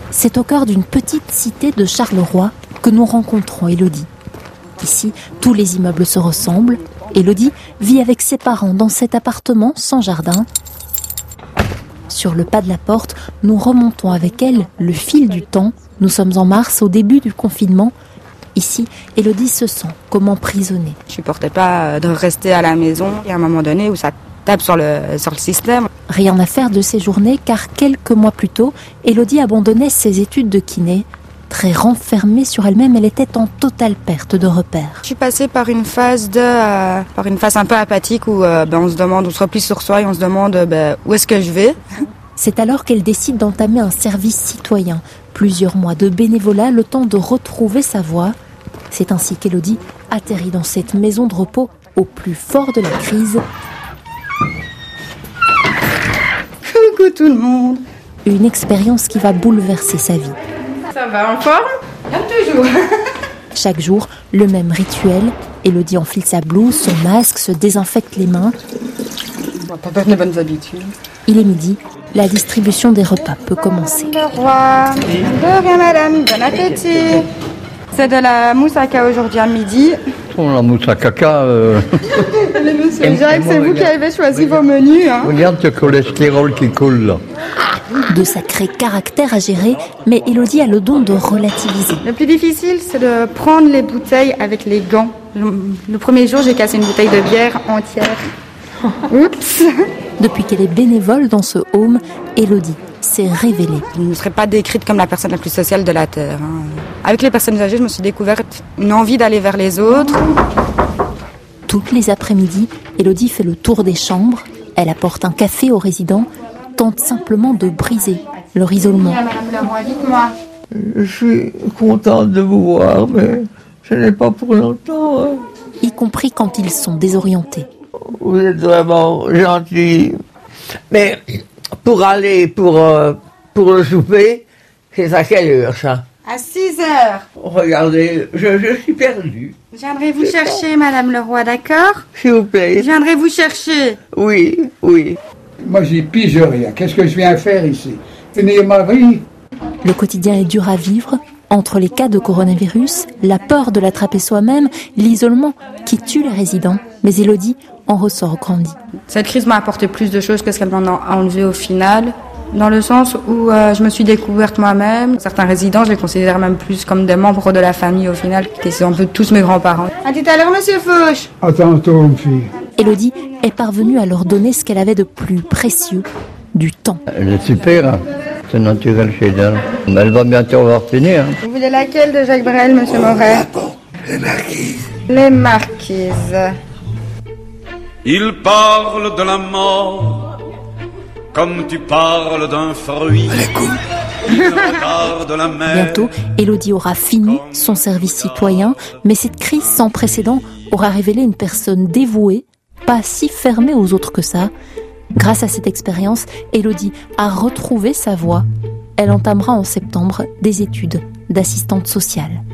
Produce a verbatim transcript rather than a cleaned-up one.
C'est au cœur d'une petite cité de Charleroi que nous rencontrons Élodie. Ici, tous les immeubles se ressemblent. Élodie vit avec ses parents dans cet appartement sans jardin. Sur le pas de la porte, nous remontons avec elle le fil du temps. Nous sommes en mars, au début du confinement. Ici, Élodie se sent comme emprisonnée. Je ne supportais pas de rester à la maison. Il y a un moment donné où ça tape sur le, sur le système. Rien à faire de ces journées car quelques mois plus tôt, Élodie abandonnait ses études de kiné. Très renfermée sur elle-même, elle était en totale perte de repères. Je suis passée par une phase de, euh, par une phase un peu apathique où euh, ben, on se demande, on se replie sur soi et on se demande ben, où est-ce que je vais. C'est alors qu'elle décide d'entamer un service citoyen. Plusieurs mois de bénévolat, le temps de retrouver sa voie. C'est ainsi qu'Élodie atterrit dans cette maison de repos au plus fort de la crise. Coucou tout le monde. Une expérience qui va bouleverser sa vie. Ça va en forme? Comme toujours. Chaque jour, le même rituel. Élodie enfile sa blouse, son masque, se désinfecte les mains. On va pas perdre les bonnes habitudes. Il est midi, la distribution des repas peut commencer. Le roi. De rien madame, bon appétit. C'est de la mousse à caca aujourd'hui à midi. Oh, la mousse à caca... Euh... Allez monsieur, je dirais que c'est vous qui avez choisi vos menus. Hein. Regarde ce cholestérol qui coule là. De sacrés caractères à gérer, mais Élodie a le don de relativiser. Le plus difficile, c'est de prendre les bouteilles avec les gants. Le, le premier jour, j'ai cassé une bouteille de bière entière. Oups. Depuis qu'elle est bénévole dans ce home, Élodie s'est révélée. Je ne serais pas décrite comme la personne la plus sociale de la Terre. Hein. Avec les personnes âgées, je me suis découverte une envie d'aller vers les autres. Toutes les après-midi, Élodie fait le tour des chambres. Elle apporte un café aux résidents, tente simplement de briser leur isolement. Madame Leroy, dites-moi. Je suis contente de vous voir, mais ce n'est pas pour longtemps. Hein. Y compris quand ils sont désorientés. Vous êtes vraiment gentil. Mais pour aller pour, euh, pour le souper, c'est à quelle heure ça? À six heures. Regardez, je, je suis perdue. Je viendrai vous chercher, Madame Leroy, d'accord? S'il vous plaît. Je viendrai vous chercher. Oui, oui. Moi, j'y pige rien. Qu'est-ce que je viens faire ici? Finir ma vie? Le quotidien est dur à vivre. Entre les cas de coronavirus, la peur de l'attraper soi-même, l'isolement qui tue les résidents. Mais Élodie en ressort grandie. Cette crise m'a apporté plus de choses que ce qu'elle m'en a enlevé au final. Dans le sens où euh, je me suis découverte moi-même. Certains résidents, je les considère même plus comme des membres de la famille au final, qui sont un peu tous mes grands-parents. À tout à l'heure, monsieur Fauche. À tantôt, ma fille. Élodie est parvenue à leur donner ce qu'elle avait de plus précieux, du temps. Elle est super, c'est naturel chez elle. Elle va bientôt avoir fini. Hein. Vous voulez laquelle de Jacques Brel, monsieur Moret? Les marquises. Les marquises. Il parle de la mort comme tu parles d'un fruit. Il regarde la mer. Bientôt, Élodie aura fini son service citoyen, mais cette crise sans précédent aura révélé une personne dévouée, pas si fermée aux autres que ça. Grâce à cette expérience, Élodie a retrouvé sa voie. Elle entamera en septembre des études d'assistante sociale.